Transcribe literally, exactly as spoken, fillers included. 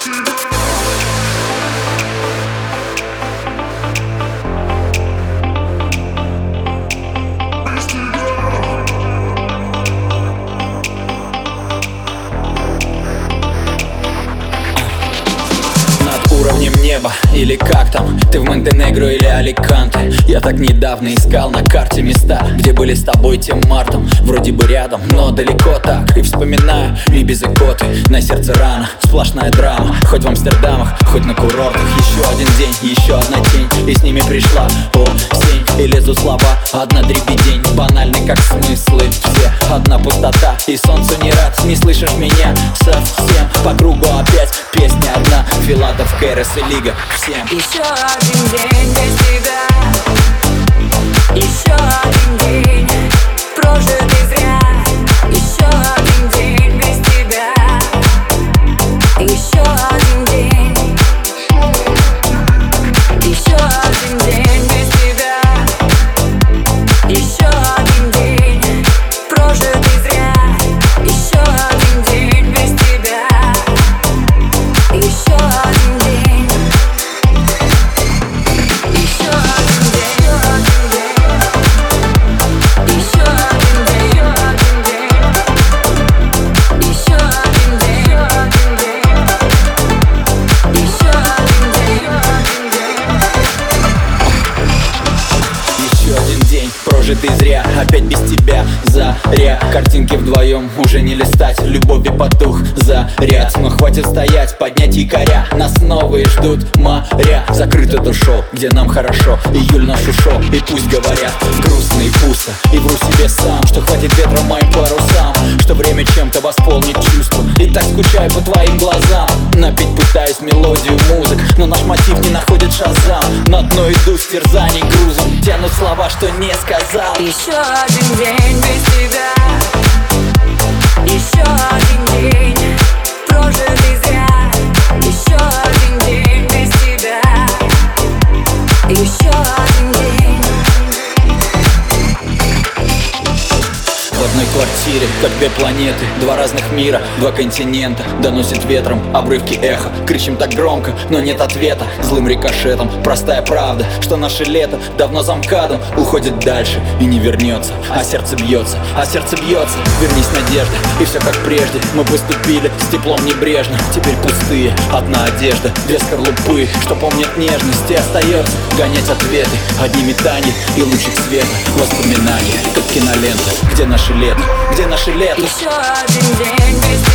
Уровнем неба, или как там, ты в Монтенегро или Аликанте. Я так недавно искал на карте места, где были с тобой тем мартом. Вроде бы рядом, но далеко так. И вспоминаю лебезы коты, на сердце рана, сплошная драма. Хоть в Амстердамах, хоть на курортах. Еще один день, еще одна тень, и с ними пришла осень. И лезут слова, одна дребедень, банальный как смыслы все. Одна пустота, и солнцу не рад. Не слышишь меня совсем, по кругу опять песня одна. Филатов, Кэрос и Лига, всем. Еще один день без тебя, еще один день прожитый зря. Еще один день без тебя, еще один день, еще один день без тебя, еще один день прожитый зря. Еще один день без тебя, еще один день. Прожитый зря, опять без тебя, заря. Картинки вдвоем уже не листать, любови потух заряд. Но хватит стоять, поднять якоря, нас новые ждут моря. Закрыто то шоу, где нам хорошо, июль наш ушел. И пусть говорят, грустно и пусто, и вру себе сам, что хватит ветра моим парусам, что время чем-то восполнит чувства. И так скучаю по твоим глазам, напеть пытаюсь мелодию музык, но наш мотив не находит шазам. На дно иду с терзаний грузом, тянут слова, что не сказал. Еще один день без тебя, еще один день прожитый зря. Еще один день без тебя, еще один день. В одной квартире, как две планеты, два разных мира, два континента. Доносит ветром обрывки эха, кричим так громко, но нет ответа. Злым рикошетом, простая правда, что наше лето давно за МКАДом уходит дальше и не вернется. А сердце бьется, а сердце бьется. Вернись, надежда, и все как прежде. Мы поступили с теплом небрежно, теперь пустые, одна одежда, две скорлупы, что помнят нежность. И остается гонять ответы, одни метания и лучик света. Воспоминания, как кинолента, где наши лето, где наше лето. Еще один день без